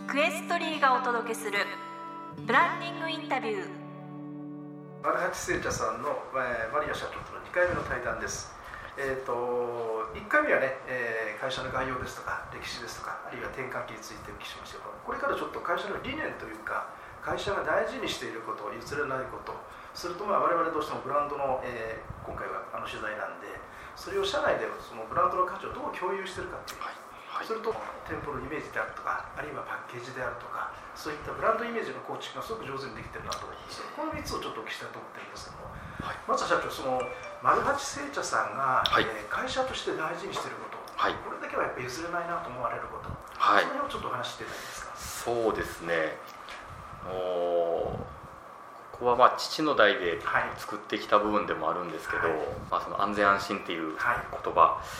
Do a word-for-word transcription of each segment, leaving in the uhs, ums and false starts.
クエストリーがお届けするブランディングインタビュー。 丸八製茶さんの、えー、マリア社長とのにかいめの対談です。えー、といっかいめはね、えー、会社の概要ですとか歴史ですとか、あるいは転換期についてお聞きしましたが、これからちょっと会社の理念というか、会社が大事にしていること、譲れないこと、それとまあ我々どうしてもブランドの、えー、今回はあの取材なんで、それを社内でそのブランドの価値をどう共有しているかという、はいはい、それと店舗のイメージであるとか、あるいはパッケージであるとか、そういったブランドイメージの構築がすごく上手にできてるなと思います。このみっつをちょっとお聞きしたいと思ってるんですけども、はい、まずは社長、その丸八製茶さんが、はい、えー、会社として大事にしていること、はい、これだけはやっぱり譲れないなと思われること、はい、その辺をちょっとお話していただけますか。 そうですね、おここはまあ父の代で作ってきた部分でもあるんですけど、はい、まあ、その安全安心っていう言葉、はい、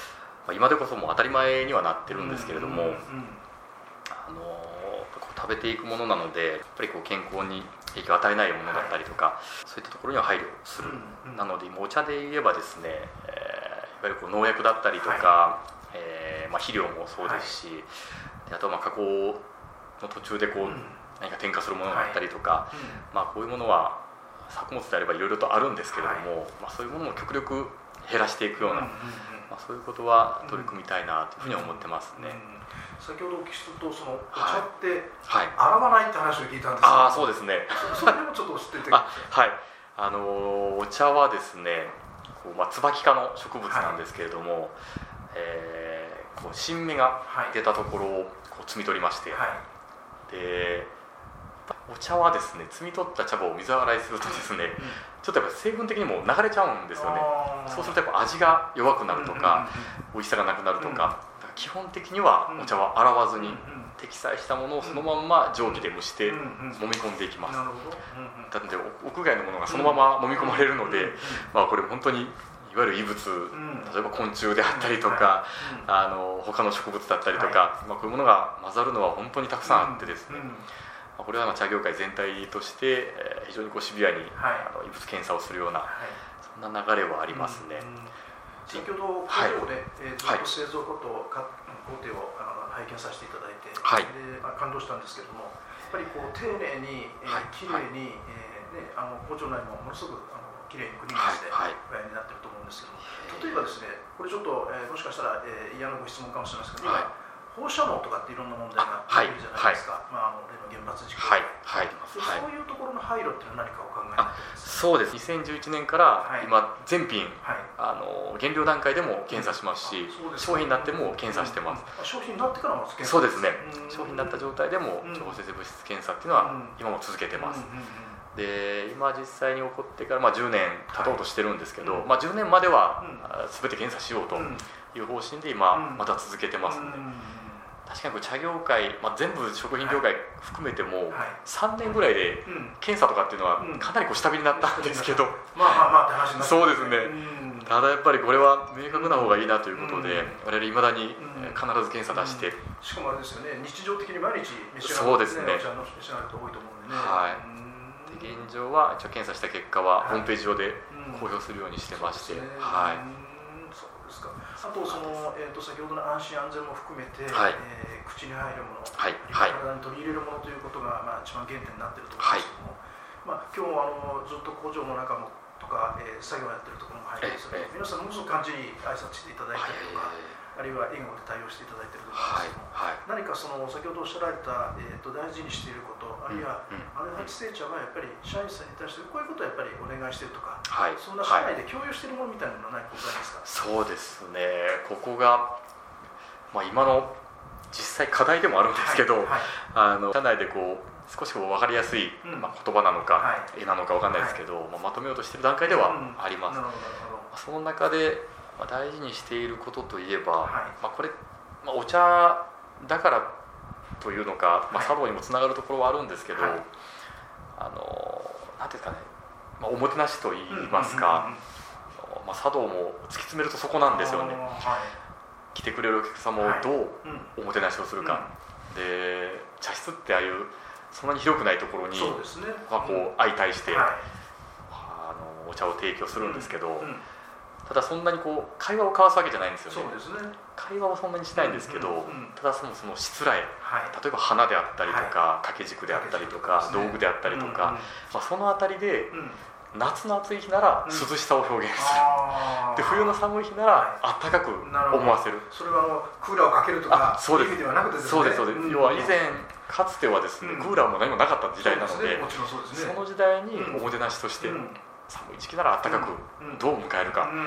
今でこそもう当たり前にはなってるんですけれども、うんうんうん、あのこう食べていくものなので、やっぱりこう健康に影響を与えないものだったりとか、はい、そういったところには配慮する、うんうん、なのでお茶で言えばですね、えー、いわゆるこう農薬だったりとか、はい、えーまあ、肥料もそうですし、はい、であとはまあ加工の途中でこう、うん、何か添加するものがあったりとか、はい、うん、まあ、こういうものは作物であればいろいろとあるんですけれども、はい、まあ、そういうものを極力減らしていくような、うんうんうん、まあ、そういうことは取り組みたいなというふうに思ってますね。うんうん、 先ほどお聞きすると、そのお茶って洗わないって話を聞いたんですけど、 はいはい、あ、そうですね。 それもちょっと知ってて。 あ、はい、あのお茶はですね、こう、まあ、椿科の植物なんですけれども、はい、えー、こう新芽が出たところをこう摘み取りまして、はい、でお茶はですね、摘み取った茶葉を水洗いするとですね、うん、ちょっとやっぱ成分的にも流れちゃうんですよね。そうするとやっぱ味が弱くなるとか、うんうんうん、美味しさがなくなるとか、うん、だから基本的にはお茶は洗わずに、うんうん、適裁したものをそのまんま蒸気で蒸して揉み込んでいきます。なるほど。なので屋外のものがそのまま揉み込まれるので、うんうん、まあ、これ本当にいわゆる異物、うん、例えば昆虫であったりとか、うん、あの他の植物だったりとか、はい、まあ、こういうものが混ざるのは本当にたくさんあってですね、うんうん、これはまあ茶業界全体として、えー、非常にこうシビアに、はい、あの異物検査をするような、はい、そんな流れはありますね。うんうん、 先ほど工場で、はい、えー、ずっと製造工程を、はい、工程をあの拝見させていただいて、はい、でまあ、感動したんですけれども、やっぱりこう丁寧に、えーはい、きれいに、はい、えーね、あの工場内もものすごくあのきれいにクリーンしておやりになっていると思うんですけども、例えばですね、これちょっと、えー、もしかしたら、えー、嫌なご質問かもしれませんけど、はい、今放射能とかっていろんな問題が出てるじゃないですか、はい、まあ、あの例の原発事故、はいはい、そういうところの配慮っていうのは何かお考えになってますか。 そうです。にせんじゅういちねんから今全品、はい、あの原料段階でも検査しますし、うん、商品になっても検査してます。 うん、商品になってからも検査。 そうですね。商品になった状態でも情報生成物質検査っていうのは今も続けてます。うんうんうんうん、で今実際に起こってから、まあ、じゅうねん経とうとしてるんですけど、はい、まあ、じゅうねんまでは、うん、全て検査しようという方針で今、うん、また続けてますので、うん、確かにこれ茶業界、まあ、全部食品業界含めても、はい、さんねんぐらいで検査とかっていうのはかなりこう下火になったんですけど、 まあまあまあって話になって、 そうですね、うん、ただやっぱりこれは明確な方がいいなということで、うん、我々いまだに必ず検査出して、うん、 しかもあれですよね、日常的に毎日召し上がる、ね、そうですね、お茶の召し上がる人多いと思うんでね、はい、 で現状は一応検査した結果はホームページ上で公表するようにしてまして、はい、 そうですか。あとその、えー、と先ほどの安心安全も含めて、はい、えー、口に入るもの、はい、体に取り入れるものということが、まあ、一番原点になっていると思うんですけども、はい、まあ、今日もあのずっと工場の中もとか、えー、作業をやっているところも入りますので、皆さんものすごく感じに挨拶していただいたりとか、あるいは笑顔で対応していただいていると思うんですけども、はいはい、何かその先ほどおっしゃられた、えー、と大事にしていること、あるいは丸八製茶はやっぱり社員さんに対してこういうことをやっぱりお願いしているとか、はい、そんな社内で共有しているものみたいなのは何かございますか。 そうですね、ここが、まあ、今の実際課題でもあるんですけど、はいはい、あの社内でこう少しこう分かりやすい、うん、まあ、言葉なのか、はい、絵なのか分かんないですけど、はい、まあ、まとめようとしている段階ではあります。うん、その中で、まあ、大事にしていることといえば、はい、まあ、これ、まあ、お茶だからというのか、まあ、茶道にもつながるところはあるんですけど、はい、あのなんていうんですかね、まあ、おもてなしといいますか、まあ、茶道も突き詰めるとそこなんですよね。はい、来てくれるお客様をどうおもてなしをするか、はい、うん、で茶室ってああいうそんなに広くないところに、そうですね、まあ、こう相対して、はい、あのお茶を提供するんですけど、うんうん、 ただそんなにこう会話を交わすわけじゃないんですよね。 そうですね。 会話はそんなにしないんですけど、 うんうんうん、 ただそのそのしつらえ、 はい、 例えば花であったりとか、はい、掛け軸であったりとか、ね、道具であったりとか、うんうん、まあ、そのあたりで、うん、夏の暑い日なら涼しさを表現する、うん、で冬の寒い日ならあったかく思わせる、はい、 それはあのクーラーをかけるとかそういう意味ではなくてですね。 そうですそうです、うん、要は以前かつてはですね、うん、クーラーも何もなかった時代なの で, で、ね、そ, ね、その時代におもてなしとして、うん、寒い時期ならあったかくどう迎えるか、うんうん、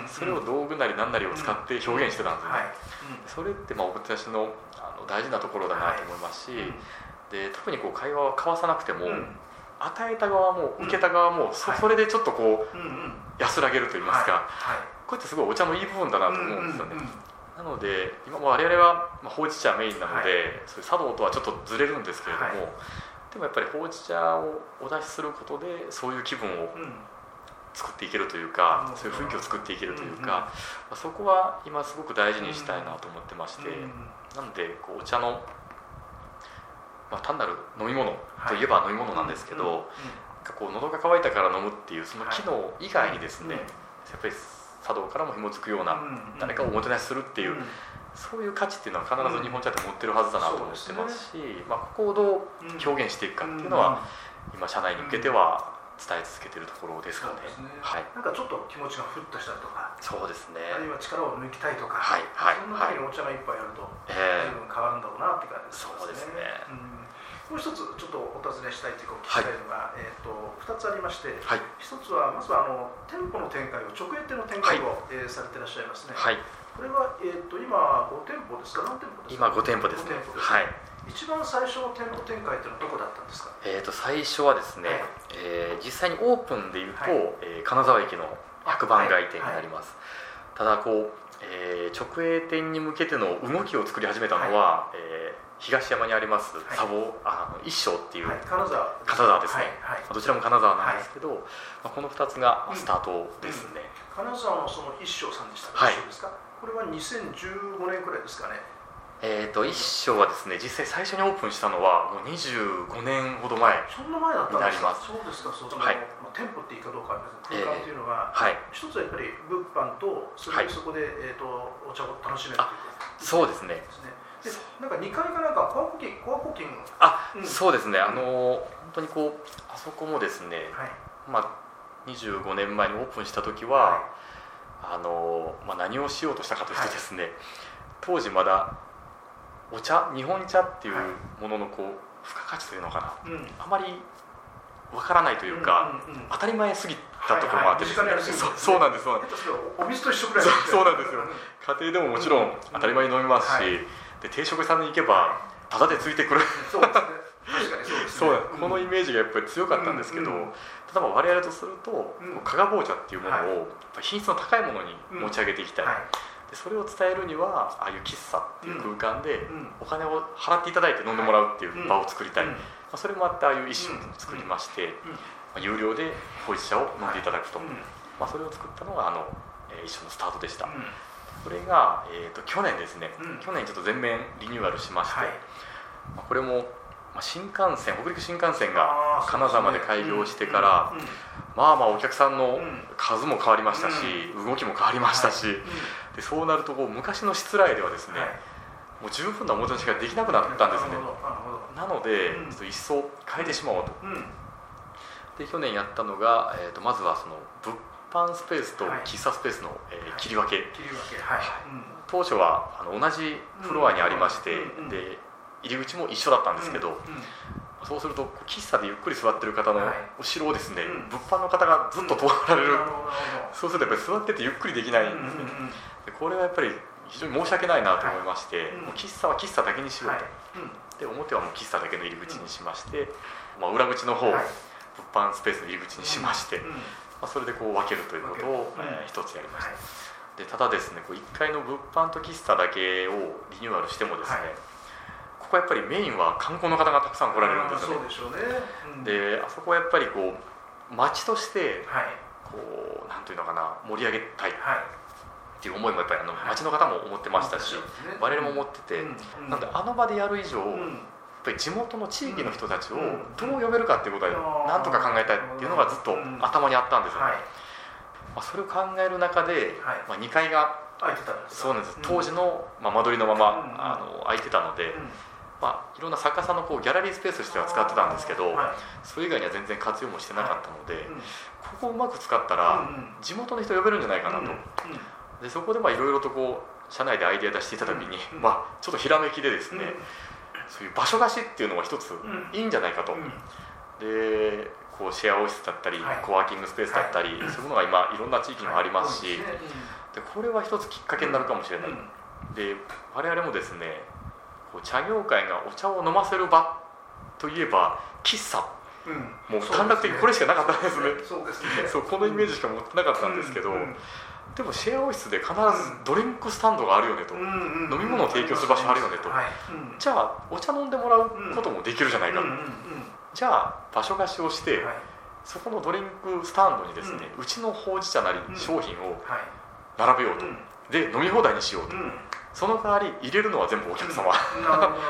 それを道具なり何なりを使って表現してたんですよね、うんうん、それってまあおもてなし の, あの大事なところだなと思いますし、はい、で特にこう会話を交わさなくても、うん、与えた側も受けた側も そ, それでちょっとこう、うん、安らげると言いますか、はいはい、こうやってすごいお茶のいい部分だなと思うんですよね、うんうんうん、なので今も我々はほうじ茶メインなので、はい、そういう茶道とはちょっとずれるんですけれども、はい、でもやっぱりほうじ茶をお出しすることでそういう気分を作っていけるというか、うん、そういう雰囲気を作っていけるというか、うんうん、そこは今すごく大事にしたいなと思ってまして、うんうん、なのでこうお茶の、まあ、単なる飲み物といえば飲み物なんですけど、はい、うんうん、こう喉が渇いたから飲むっていうその機能以外にですね、はい、やっぱり茶道からも紐づくような、うん、誰かをおもてなしするっていう、うん、そういう価値っていうのは必ず日本茶って持ってるはずだなと思ってますし、うん、まあ、ここをどう表現していくかっていうのは、うん、今社内に向けては伝え続けているところですかね。 そうですね、 はい、 なんかちょっと気持ちがふっとしたりとか、 そうですね、 あるいは力を抜きたいとか、 はいはい、 そんな時にお茶が一杯やると随分変わるんだろうなって感じですね。 そうですね、 うん、もう一つちょっとお尋ねしたいというかお聞きしたいのが、はい、えー、とふたつありまして、 はい、 ひとつはまずはあの店舗の展開を直営店の展開を、はい、えー、されていらっしゃいますね。はい、これは、えー、と今ご店舗ですか、何店舗ですか。 今ご店舗ですね。はい、 一番最初の店舗展開っていうのはどこだったんですか。 えー、と最初はですね、はい、えー、実際にオープンでいうと、はい、えー、金沢駅のひゃくばん街店になります。はいはい、ただこう、えー、直営店に向けての動きを作り始めたのは、はい、えー、東山にあります茶房、はい、あの一生っていう、はい、 金沢金沢ですね、はいはい、どちらも金沢なんですけど、はい、まあ、このふたつがスタートですね。 うんうん、金沢のその一生さんでしたか。はい、ですか。これはにせんじゅうごねんくらいですかね。 えー、と一生はですね、実際最初にオープンしたのはもうにじゅうごねんほど前になります。 そうですか。そうですか。はい、まあ、店舗っていいかどうかありますが、空間というのは、えーはい、一つはやっぱり物販とそれでそこで、はい、えー、とお茶を楽しめるというか。 そうですね。 でなんかにかいかなんかコアコキンコアコキンあ、うん、そうですね。あの本当にこうあそこもですね、はい、まあ、にじゅうごねんまえにオープンした時は、はい、あのまあ、何をしようとしたかというとですね、はい、当時まだお茶、日本茶っていうもののこう付加価値というのかな、うん、あまりわからないというか、うんうんうん、当たり前すぎたところもあってですね、そうなんです。 お水と一緒くらいそうなんですよ。家庭でももちろん当たり前に飲みますし、うんうん、で定食屋さんに行けばタダでついてくる、 そうですね、確かにそうですね。 そう、このイメージがやっぱり強かったんですけど、うんうん、ただ我々とすると、うん、加賀棒茶っていうものを品質の高いものに持ち上げていきたい、うん、はい、でそれを伝えるにはああいう喫茶っていう空間でお金を払っていただいて飲んでもらうっていう場を作りたい、うんうん、まあ、それもあってああいう一種を作りまして、うんうん、まあ、有料でほうじ茶を飲んでいただくと、はい、まあ、それを作ったのがあの、えー、一緒のスタートでした。うん、これが、えー、と去年ですね、うん、去年ちょっと全面リニューアルしまして、はい、まあ、これも、まあ、新幹線北陸新幹線が金沢まで開業してから、うんうん、まあまあお客さんの数も変わりましたし、うん、動きも変わりましたし、はい、でそうなるとこう昔のしつらいではですね、はい、もう十分なおもてなしができなくなったんですね。なので、うん、ちょっと一層変えてしまおうと、うん、で去年やったのが、えー、とまずはその物販スペースと喫茶スペースの、えー、切り分け、はい、切り分け、はい、うん、当初はあの同じフロアにありまして、うん、で入り口も一緒だったんですけど、うんうん、そうすると喫茶でゆっくり座ってる方の後ろをですね、はい、物販の方がずっと通られる、うん、そうするとやっぱり座っててゆっくりできないんですね、うんうんうん、でこれはやっぱり非常に申し訳ないなと思いまして、はい、もう喫茶は喫茶だけにしようと、はい、うん、で表はもう喫茶だけの入り口にしまして、まあ、裏口の方、はい、物販スペースの入り口にしまして、うんうん、まあ、それでこう分けるということを、えー、一つやりました、はい、でただですねこういっかいの物販と喫茶だけをリニューアルしてもですね、はい、ここはやっぱりメインは観光の方がたくさん来られるんですよね。 そうでしょうね、うん、 であそこはやっぱりこう街としてこう、はい、なんていうのかな盛り上げたい、はい、っていう思いもやっぱりあの街の方も思ってましたし、はい、我々も思ってて、うんうん、なのであの場でやる以上、うん、やっぱり地元の地域の人たちをどう呼べるかっていうことはなんとか考えたいっていうのがずっと頭にあったんですよね、はい、 まあ、それを考える中で、はい、まあ、にかいが空いてたんですか。 そうなんです、当時の、まあ、間取りのまま、うん、あの空いてたので、うん、まあ、いろんな作家さんのこうギャラリースペースとしては使ってたんですけど、はい、それ以外には全然活用もしてなかったので、はい、うん、ここをうまく使ったら、うん、地元の人呼べるんじゃないかなと、うんうん、でそこでいろいろとこう社内でアイデア出していた時に、うん、まあ、ちょっとひらめきでですね、うん、そういう場所貸しっていうのが一ついいんじゃないかと、うん、でこうシェアオフィスだったり、はい、コワーキングスペースだったり、はい、そういうものが今いろんな地域にもありますし、はい、でこれは一つきっかけになるかもしれない、うん、で我々もですねこう茶業界がお茶を飲ませる場といえば喫茶、うん、もう短絡的にこれしかなかったんですね。 そうですね。 そう、このイメージしか持ってなかったんですけど、うんうん、でもシェアオフィスで必ずドリンクスタンドがあるよねと、うん、飲み物を提供する場所あるよねと、はい、うん、じゃあお茶飲んでもらうこともできるじゃないかと、うんうんうんうん、じゃあ場所貸しをして、はい、そこのドリンクスタンドにですね、うん、うちのほうじ茶なり商品を並べようと、うん、で飲み放題にしようと、うん、その代わり入れるのは全部お客様、うん、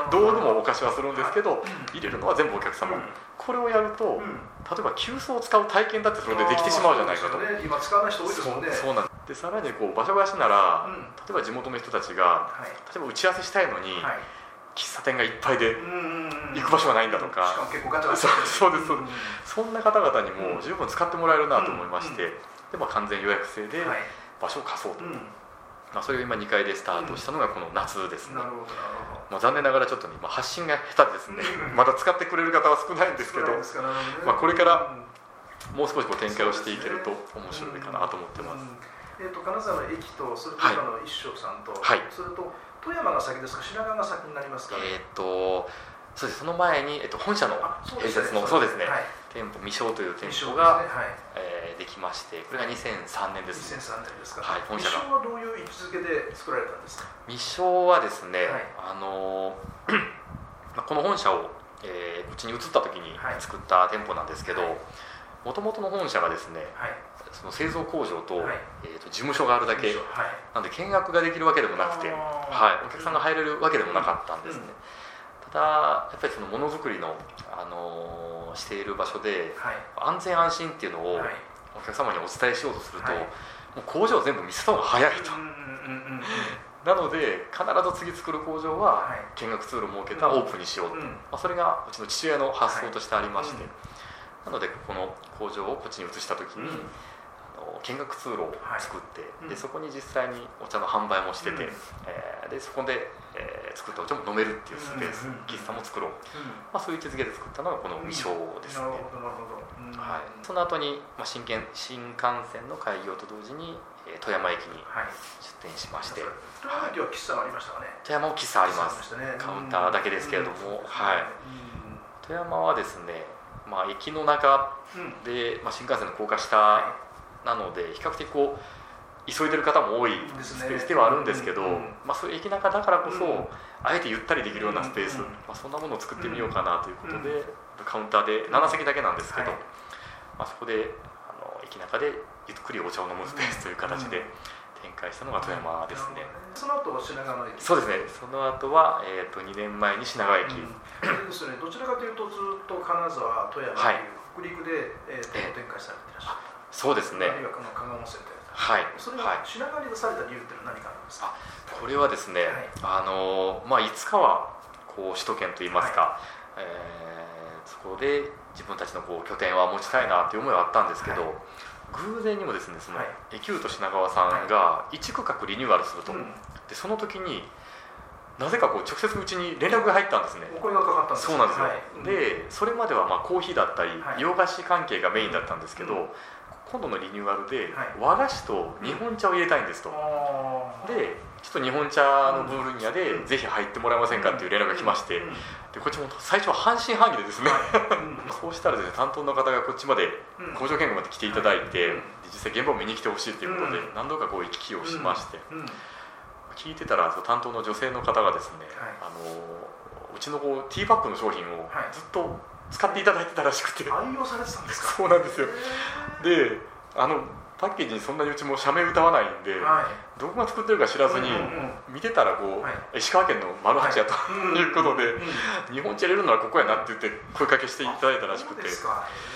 道具もお貸しはするんですけど、はい、入れるのは全部お客様、うん、これをやると、うん、例えば急須を使う体験だってそれでできてしまうじゃないかと、 ね、今使わない人多いですもんね。 そうなんで、さらにこう場所貸しなら、うん、例えば地元の人たちが、はい、例えば打ち合わせしたいのに、はい、喫茶店がいっぱいで行く場所がないんだとか、 しかも結構ガチャガチャそうですそうです、そんな方々にも十分使ってもらえるなと思いまして、でまあ、完全予約制で場所を貸そうと、うん、まあ、それを今にかいでスタートしたのがこの夏ですね。 なるほどなるほど。 まあ、残念ながらちょっと、ね、まあ、発信が下手でですね、まだ使ってくれる方は少ないんですけど、まあ、これからもう少しこう展開をしていけると面白いかなと思ってます。 えー、と金沢の駅とそれと今の一生さんと、はい、それと富山が先ですか品川が先になりますか、ね、 えっ、ー、とそうです、その前に、えー、と本社の併設のそうですね、はい、店舗未生という店舗が、ね、はい、えー、できまして、これがにせんさんねんです、 ね、にせんさんねんですか、 はい、本社が未生はどういう位置づけで作られたんですか。 未生はですね、はい、あのこの本社を、えー、こっちに移った時に作った店舗なんですけど、もともとの本社がですね、はい、その製造工場と、はい、えー、と事務所があるだけ、はい、なので見学ができるわけでもなくて、はい、お客さんが入れるわけでもなかったんですね、うん、ただやっぱりそのものづくりの、あのー、している場所で、はい、安全安心っていうのをお客様にお伝えしようとすると、はい、もう工場を全部見せた方が早いと、なので必ず次作る工場は見学ツールを設けたオープンにしようと、うん、まあ、それがうちの父親の発想としてありまして、はい、うん、なのでこの工場をこっちに移した時に、うん、あの見学通路を作って、はい、でそこに実際にお茶の販売もしてて、うん、えー、でそこで、えー、作ったお茶も飲めるっていうスペース、うん、喫茶も作ろう、うん、まあ、そういう位置づけで作ったのがこの未生ですね、うん、なるほどなるほど、うん、はい、その後に、まあ、新幹新幹線の開業と同時に、えー、富山駅に出店しまして、はい、 富山駅は喫茶がありましたかね。 富山も喫茶あります、ね、カウンターだけですけれども、うん、はい、うん、富山はですね、まあ、駅の中で、まあ、新幹線の高架下なので比較的こう急いでる方も多いスペースではあるんですけど、まあ、そういう駅中だからこそ、うん、あえてゆったりできるようなスペース、うん、まあ、そんなものを作ってみようかなということで、うん、カウンターでななせきだけなんですけど、はい、まあ、そこであの駅中でゆっくりお茶を飲むスペースという形で展開したのが富山ですね。 その後は品川の駅。 そうですね。その後は、えー、とにねんまえに品川駅、うん、 ですね、どちらかというとずっと金沢、富山という北陸で、えー、と展開されていらっしゃる。 そうですね。 あるいはこの香川温泉で、 はい、 それは品川に出された理由っていうのは何かあるんですか。 あ、これはですね、はい、あのまあ、いつかはこう首都圏といいますか、はい、えー、そこで自分たちのこう拠点は持ちたいなという思いはあったんですけど、はい、偶然にもですね、そのエキュート品川さんが一区画リニューアルすると、はい、でその時になぜかこう直接うちに連絡が入ったんですね。 お声がかかったんです。 そうなんですよ、はい、でそれまではまあコーヒーだったり、はい、洋菓子関係がメインだったんですけど、うん、今度のリニューアルで和菓子と日本茶を入れたいんですと、うん、でちょっと日本茶の分野でぜひ入ってもらえませんかっていう連絡が来まして、でこっちも最初は半信半疑でですね、そうしたらですね、担当の方がこっちまで工場見学まで来ていただいて、で実際現場を見に来てほしいということで何度かこう行き来をしまして、聞いてたら担当の女性の方がですね、あのうちのこうティーバッグの商品をずっと使っていただいてたらしくて、 愛用されてたんですか。 そうなんですよ。であのパッケージにそんなにうちも社名歌わないんで、はい、どこが作ってるか知らずに、うんうん、見てたらこう、はい、石川県の丸八やと、はい、いうことで、うんうん、日本茶入れるならここやなって言って声かけしていただいたらしくて、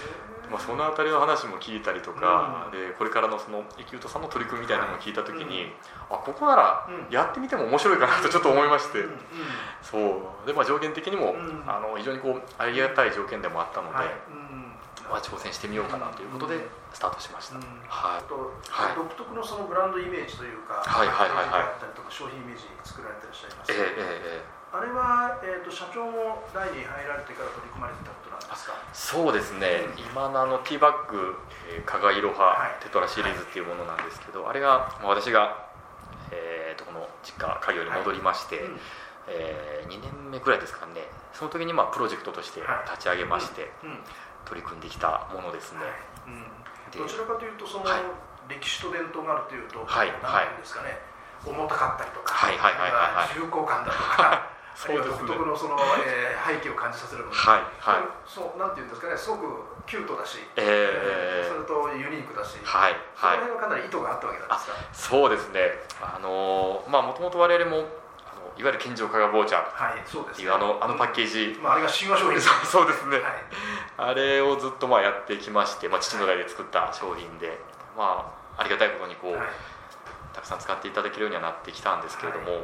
まあ、そのあたりの話も聞いたりとか、うん、でこれからのそのエキュートさんの取り組みみたいなのも聞いたときに、はい、あここならやってみても面白いかなとちょっと思いまして、うん、そうで、まあ、条件的にも、うん、あの非常にこうありがたい条件でもあったので、はいうんまあ、挑戦してみようかなということでスタートしました、うんはい、とはい、独特のそのブランドイメージというか、 はいはいはいはい、 あったりとか商品イメージ作られていらっしゃいます、 えーえーあれは、えー、と社長も代に入られてから取り組まれていたことなんですか？ そうですね、うん、今のあのティーバッグ加賀いろはテトラシリーズっていうものなんですけど、はい、あれが、まあ、私が、えー、とこの実家家業に戻りまして、はいうんえー、にねんめくらいですかね、その時にまあプロジェクトとして立ち上げまして、はいうん、取り組んできたものですね、はいうん、 どちらかというとその、はい、歴史と伝統があるというと、 はい、 何ていうんですかね、重たかったりとか、 はいはいはいはい、 重厚感だとかそうですね、 独特のその、えー、背景を感じさせるので、 はいはい、 そうなんていうんですかね、すごくキュートだし、 えー、 それとユニークだし、 はいはい、 その辺はかなり意図があったわけなんですか？ そうですね、あのまあもともと我々もあのいわゆる健常加賀棒茶っていう、はい、あのあのパッケージ、 うんまあ、あれが神話商品ですそうですね、はい、あれをずっとまあやってきまして、まあ、父の代で作った商品で、まあ、ありがたいことにこう、はい、たくさん使っていただけるようにはなってきたんですけれども、はい、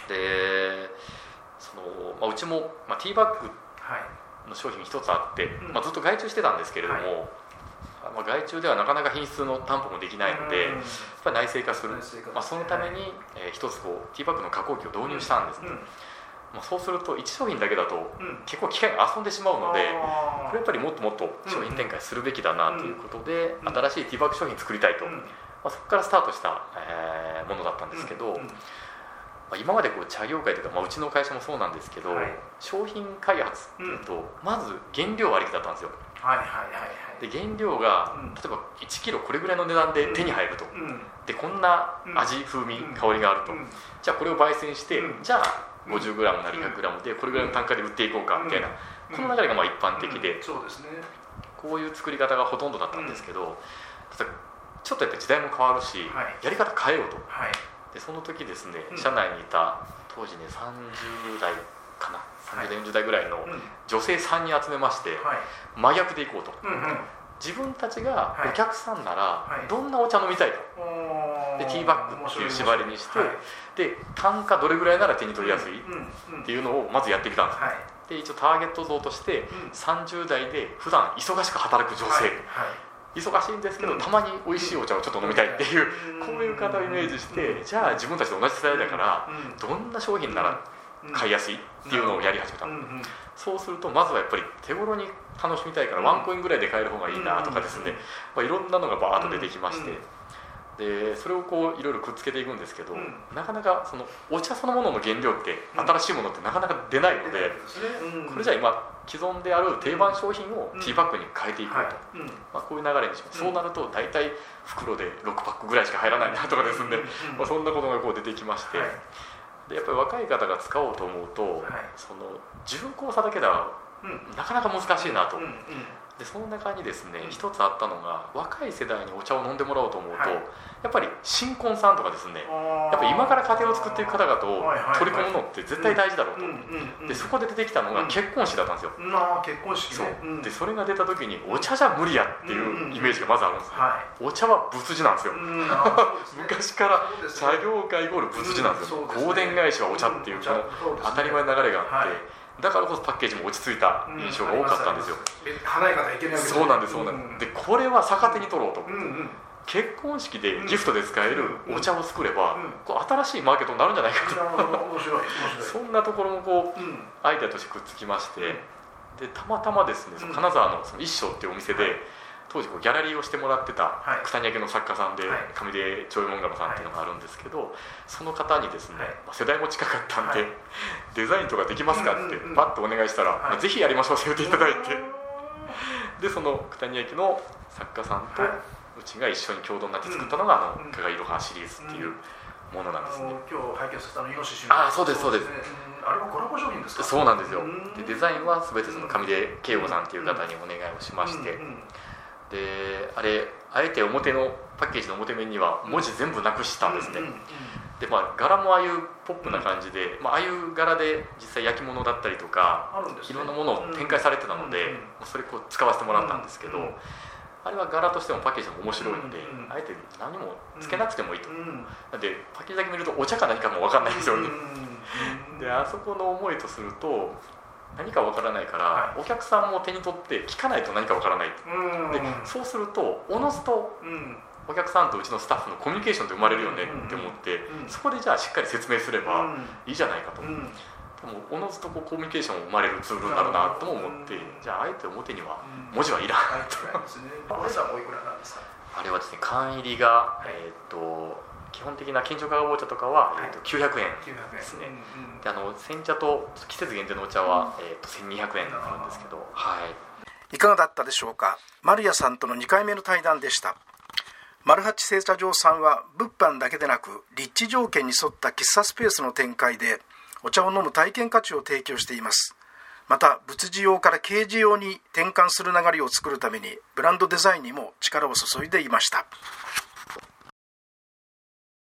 でそのまあ、うちも、まあ、ティーバッグの商品一つあって、はいまあ、ずっと外注してたんですけれども、はいまあ、外注ではなかなか品質の担保もできないので、やっぱり内製化する、まあ、そのために、えー、一つこうティーバッグの加工機を導入したんですね、うんまあ、そうするといち商品だけだと結構機械が遊んでしまうので、これやっぱりもっともっと商品展開するべきだなということで、新しいティーバッグ商品作りたいと、まあ、そこからスタートした、えー、ものだったんですけど、今までこう茶業界というか、まあ、うちの会社もそうなんですけど、はい、商品開発っていうと、うん、まず原料ありきだったんですよ、 はいはいはいはい、 で原料が、うん、例えばいちキロこれぐらいの値段で手に入ると、うん、でこんな味、うん、風味、香りがあると、うん、じゃあこれを焙煎して、うん、じゃあ ごじゅうグラム なり ひゃくグラム でこれぐらいの単価で売っていこうかみたいな、この流れがまあ一般的で、 そうですね、 こういう作り方がほとんどだったんですけど、例えばちょっとやっぱり時代も変わるし、はい、やり方変えようと、はい、でその時ですね、社内にいた当時ねさんじゅう代かな、さんじゅう代よんじゅう代ぐらいの女性さんにん集めまして、はい、真逆でいこうと、うんうん、自分たちがお客さんならどんなお茶飲みたいか、はい、でティーバッグっていう縛りにして、はい、で単価どれぐらいなら手に取りやすいっていうのをまずやってきたんです、はい、で一応ターゲット像としてさんじゅう代で普段忙しく働く女性、はいはい、忙しいんですけど、うん、たまに美味しいお茶をちょっと飲みたいっていう、うん、こういう方をイメージして、うん、じゃあ自分たちと同じ世代だから、うん、どんな商品なら買いやすいっていうのをやり始めた、うんうん、そうするとまずはやっぱり手頃に楽しみたいからワンコインぐらいで買える方がいいなとかですね、まあ、いろんなのがバーッと出てきまして、でそれをこういろいろくっつけていくんですけど、うん、なかなかそのお茶そのものの原料って新しいものってなかなか出ないので、うん、これじゃあ今既存である定番商品をティーバッグに変えていこうと、うんはいまあ、こういう流れにします、うん、そうなると大体袋でろくパックぐらいしか入らないなとかですね、うんまあ、そんなことがこう出てきまして、はい、でやっぱり若い方が使おうと思うと、はい、その重厚さだけではなかなか難しいなと、うんうんうんでその中にですね、一つあったのが若い世代にお茶を飲んでもらおうと思うと、はい、やっぱり新婚さんとかですね、やっぱり今から家庭を作っていく方々を取り込むのって絶対大事だろうと、でそこで出てきたのが結婚式だったんですよ、 うん、あ結婚式ね、 そうでそれが出た時にお茶じゃ無理やっていうイメージがまずあるんです、はい、お茶は仏事なんですよ、うん昔から茶業界イコール仏事なんですよ、うん、香典返しはお茶っていうこの当たり前の流れがあって、はいだからこそパッケージも落ち着いた印象が多かったんですよ、 うん、華やかないけないわけそうなんですそうなんです、うん、でこれは逆手に取ろうと、うんうん、結婚式でギフトで使えるお茶を作れば、うん、こう新しいマーケットになるんじゃないかと、 うん、面白い面白いそんなところもこう、うん、アイデアとしてくっつきまして、でたまたまですね、うん、金沢のその一生っていうお店で、はい当時こうギャラリーをしてもらってた九谷焼の作家さんで、はい、上出長右衛門窯さんっていうのがあるんですけど、はい、その方にですね、はいまあ、世代も近かったんで、はい、デザインとかできますかってパッとお願いしたら、はいまあ、ぜひやりましょうと言っていただいて、でその九谷焼の作家さんとうちが一緒に共同になって作ったのが、うん、あの加賀いろはシリーズっていうものなんですね。 今日拝見させたのイノシシあそうですそうです、 あれはコラボ商品ですか？ そうなんですよ。でデザインは全てその上出慶吾さんっていう方にお願いをしまして、うんうんであれあえて表のパッケージの表面には文字全部なくしたんですね、うんうんうん、 で、まあ、柄もああいうポップな感じで、まあ、ああいう柄で実際焼き物だったりとかあるんですね、 いろんなものを展開されてたので、 うんうん、 それこう使わせてもらったんですけど、うんうん、あれは柄としてもパッケージも面白いので、 うんうん、 あえて何もつけなくてもいいと、 うんうん、 なんでパッケージだけ見るとお茶か何かも分かんないですよね、 うんうん、 であそこの思いとすると何か分からないから、はい、お客さんも手に取って聞かないと何か分からない、うんうん、でそうするとおのずと、うんお客さんとうちのスタッフのコミュニケーションって生まれるよねって思って、うんうん、そこでじゃあしっかり説明すればいいじゃないかと、うん、でもおのずとこうコミュニケーション生まれるツールになるなとも思って、うん、じゃああえて表には文字はいらないと、うん、 お値段おいくらなんですか？ あれはですね、缶入りが、えー、と基本的な金蝶加賀棒茶とかは、えー、ときゅうひゃくえんですね、うんうん、であの煎茶と季節限定のお茶は、えー、とせんにひゃくえんになるんですけど、はい、 いかがだったでしょうか。丸谷さんとのにかいめの対談でした。丸八製茶場さんは物販だけでなく立地条件に沿った喫茶スペースの展開でお茶を飲む体験価値を提供しています。また物需要から軽需要に転換する流れを作るためにブランドデザインにも力を注いでいました。